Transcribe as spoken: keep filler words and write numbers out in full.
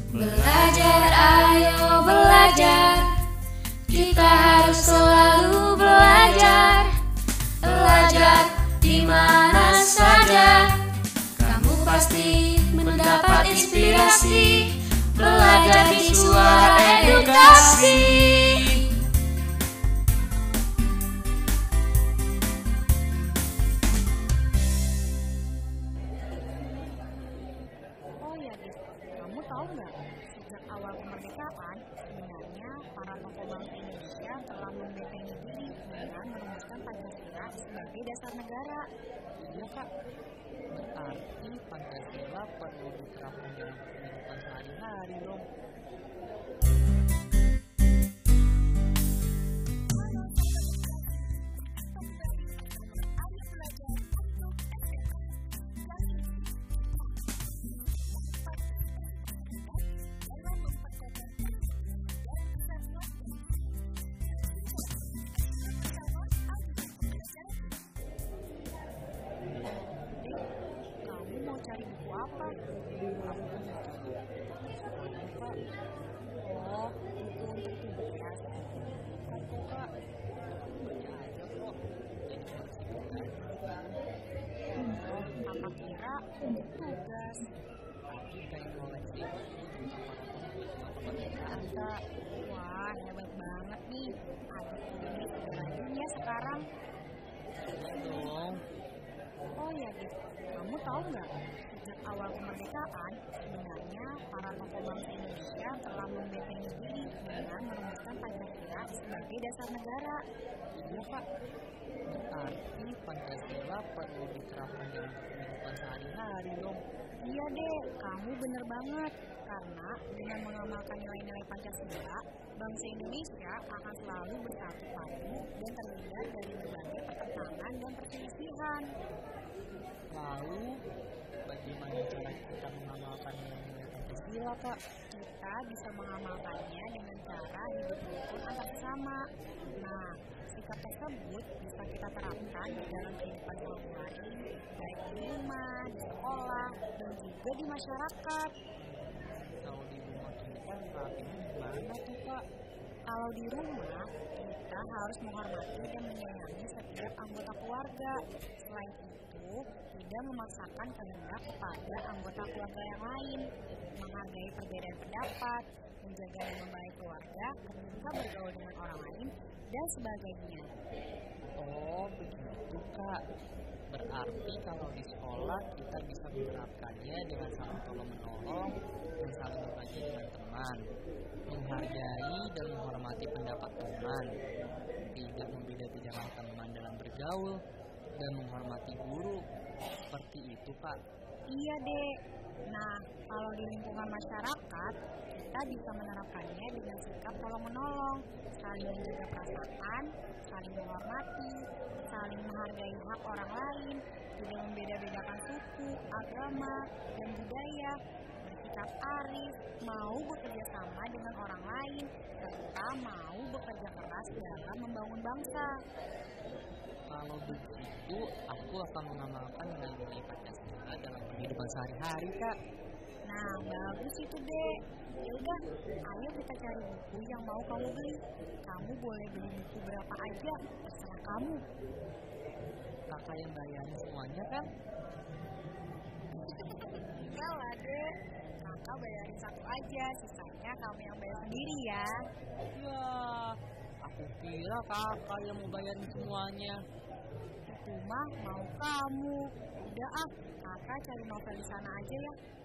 Belajar, ayo belajar. Kita harus selalu belajar. Belajar di mana saja. Kamu pasti mendapat inspirasi. Belajar di Suara Edukasi. Oh ya, Dik, kamu tahu nggak? Sejak awal kemerdekaan, sebenarnya para tokoh bangsa Indonesia telah membentengi diri dengan merumuskan Pancasila sebagai dasar negara. Iya kak, berarti Pancasila perlu diterapkan dalam kehidupan sehari-hari dong. Kamu mau cari buku apa? Oh, buku untuk tugas. Kok kak, baca aja kok. Oh, kakak kira untuk tugas. Tapi kayak koleksi kemerdekaan kak. Wah, hebat banget nih. Adik ini segala dunia sekarang. Iya dong. Oh ya, Dik, kamu tahu nggak? Sejak awal kemerdekaan, sebenarnya para tokoh bangsa Indonesia telah membentengi diri dengan merumuskan Pancasila sebagai dasar negara. Iya kak, berarti Pancasila perlu diterapkan dalam kehidupan sehari-hari dong. Iya deh, kamu bener banget. Karena dengan mengamalkan nilai-nilai Pancasila, bangsa Indonesia akan selalu bersatu padu dan terhindar dari berbagai pertentangan dan perselisihan. Lalu, bagaimana cara kita mengamalkan nilai-nilai Pancasila kak? Kita bisa mengamalkannya dengan cara hidup rukun antar sesama. Nah, sikap tersebut bisa kita terapkan di dalam kehidupan sehari-hari, baik di rumah, di sekolah, dan juga di masyarakat. Kalau di rumah kita rapinya gimana tuh kak? Kalau di rumah, kita harus menghormati dan menyayangi setiap anggota keluarga. Selain itu, tidak memaksakan kehendak kepada anggota keluarga yang lain, menghargai perbedaan pendapat, menjaga nama baik keluarga ketika bergaul dengan orang lain, dan sebagainya. Oh begitu kak. Berarti kalau di sekolah kita bisa menerapkannya dengan saling tolong menolong dan saling berbagi dengan teman, menghargai dan menghormati pendapat teman, tidak membeda-bedakan teman dalam bergaul, dan menghormati guru. Seperti itu kak. Iya dek. Nah, kalau di lingkungan masyarakat, kita bisa menerapkannya dengan sikap tolong menolong, saling menjaga perasaan, saling menghormati, saling menghargai hak orang lain, tidak membeda-bedakan suku, agama, dan budaya, bersikap arif, mau bekerja sama dengan orang lain, serta mau bekerja keras dalam membangun bangsa. Kalau begitu, aku akan mengamalkan nilai-nilai Pancasila dalam kehidupan sehari-hari kak. Nah, bagus itu deh. Yaudah, ayo kita cari buku yang mau kamu beli. Kamu boleh beli buku berapa aja, terserah kamu. Kakak yang bayarin semuanya kan? Enggak lah deh, kakak bayarin satu aja, sisanya kamu yang bayar sendiri ya. Ya, aku kira kakak yang mau bayarin semuanya. Itu mah mau kamu. Udah ah, kakak cari novel di sana aja ya.